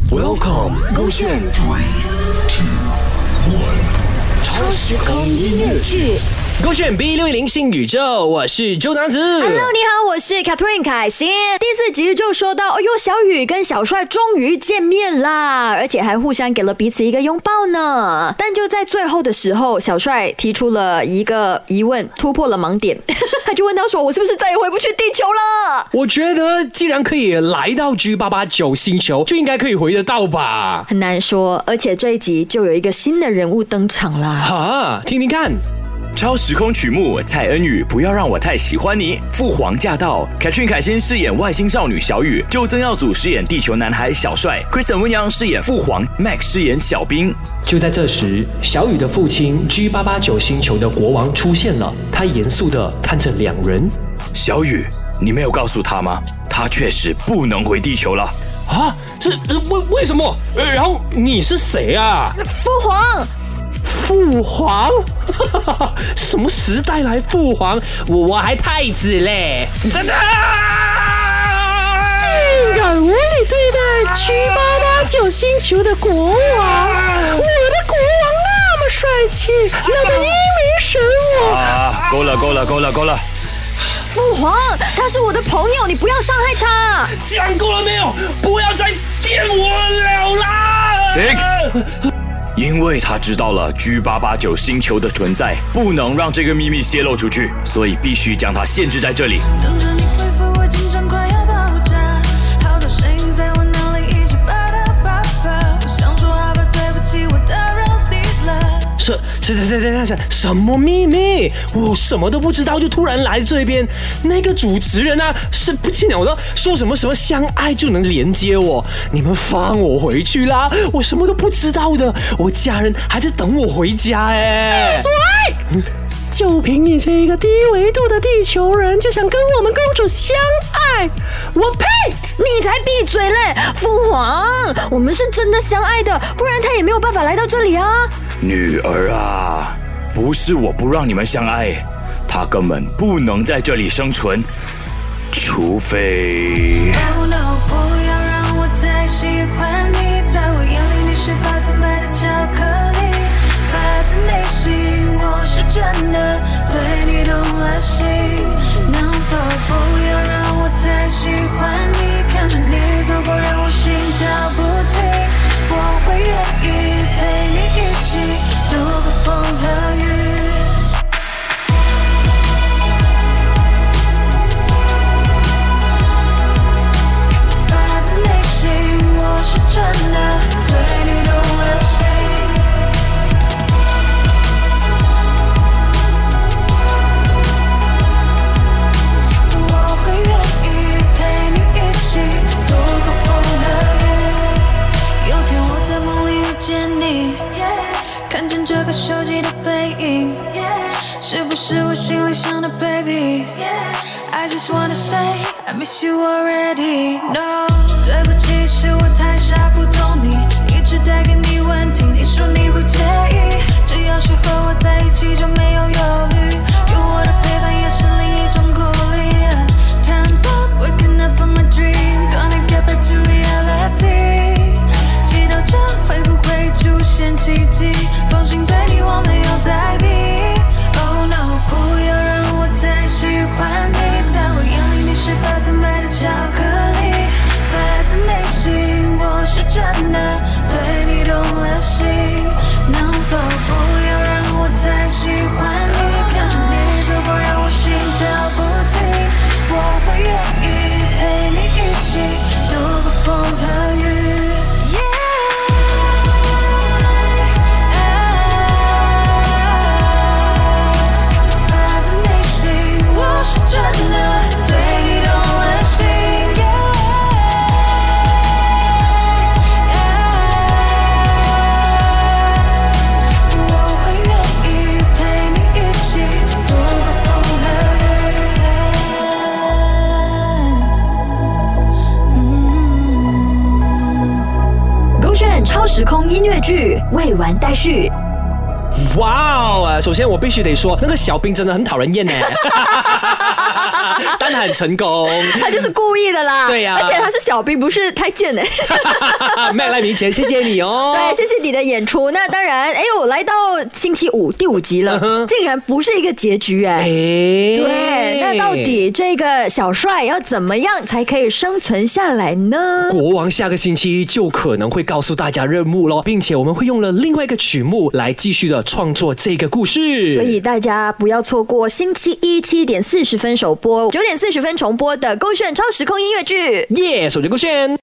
Welcome， 勾选3、2、1， 超时空音乐剧。 勾选 B610 新宇宙，我是周当子。 Hello， 你好，我是 Catherine 凯欣。第4集就说到，小雨跟小帅终于见面啦，而且还互相给了彼此一个拥抱呢。但就在最后的时候，小帅提出了一个疑问，突破了盲点，他就问到说：“我是不是再也回不去地球了？” 我觉得既然可以来到 G889 星球，就应该可以回得到吧？ 很难说，而且这一集就有一个新的人物登场啦。 哈，听听看。 超时空曲目，蔡恩宇，不要让我太喜欢你。父皇驾到 ，Catherine 凯欣饰演外星少女小雨，就曾耀祖饰演地球男孩小帅 ，Kristen 温阳饰演父皇 ，Max 饰演小兵。 就在这时，小雨的父亲 G889 星球的国王出现了，他严肃地看着两人。 小雨，你没有告诉他吗？他确实不能回地球了。 啊，为什么？然后你是谁啊？ 父皇。 父皇？什么时代来父皇？我还太子嘞！竟敢无理对待G889星球的国王！我的国王那么帅气，那么英明神武。 够了！ 父皇，他是我的朋友，你不要伤害他。 讲够了没有？不要再电我了啦！ 停！因为他知道了 G889 星球的存在，不能让这个秘密泄露出去，所以必须将它限制在这里。 等着你回复我，紧张快要爆炸，好多声音在我脑里一直叭嗒叭叭，我想说好吧，对不起，我打扰你了。 什么秘密？我什么都不知道，就突然来这边。那个主持人啊，是不听我的，说什么相爱就能连接我。你们放我回去啦！我什么都不知道的，我家人还在等我回家哎。 嘴！就凭你这个低维度的地球人，就想跟我们公主相爱？我呸！ 你才闭嘴嘞！父皇，我们是真的相爱的，不然他也没有办法来到这里啊。 女儿啊，不是我不让你们相爱，他根本不能在这里生存，除非 Oh no， 不要让我太喜欢你，在我眼里你是100%的巧克力，发自内心，我是真的对你动了心。能否不要让我太喜欢你，看着你走过让我心跳不停，我会愿意陪你一起度过风和雨。发自内心，我是真的对你动了心。我会愿意陪你一起度过风和雨。有天我在梦里遇见你，看见这个手机的背影，是不是我心里想的 baby？ I just wanna say I miss you already. No， 对不起，是我太傻不懂你，一直带给你问题。你说你不介意，只要是和我在一起就没有忧虑，有我的陪伴也是另一种鼓励。Time's up, waking up from my dream, gonna get back to reality。祈祷着会不会出现奇迹，放心对你我没有在比。Oh no， 不要让我太喜欢你，在我眼里你是100%的巧克力，发自内心，我是真的对你动了心。能否不要让我太喜欢你，看着你走过让我心跳不停，我会愿意陪你一起度过风和雨。 时空音乐剧未完待续。 哇哦！首先我必须得说，那个小兵真的很讨人厌呢，但他很成功， 他就是故意的啦。 对呀而且他是小兵，不是太监呢。 麦来明前，谢谢你哦。 对，谢谢你的演出。那当然，哎呦，来到星期五第5集了，竟然不是一个结局哎。对，那到底这个小帅要怎么样才可以生存下来呢？ 国王下个星期就可能会告诉大家任务咯，并且我们会用了另外一个曲目来继续的创作这个故事， 所以大家不要错过星期一7点40分首播，9点40分重播的勾选超时空音乐剧。 耶，手机勾选。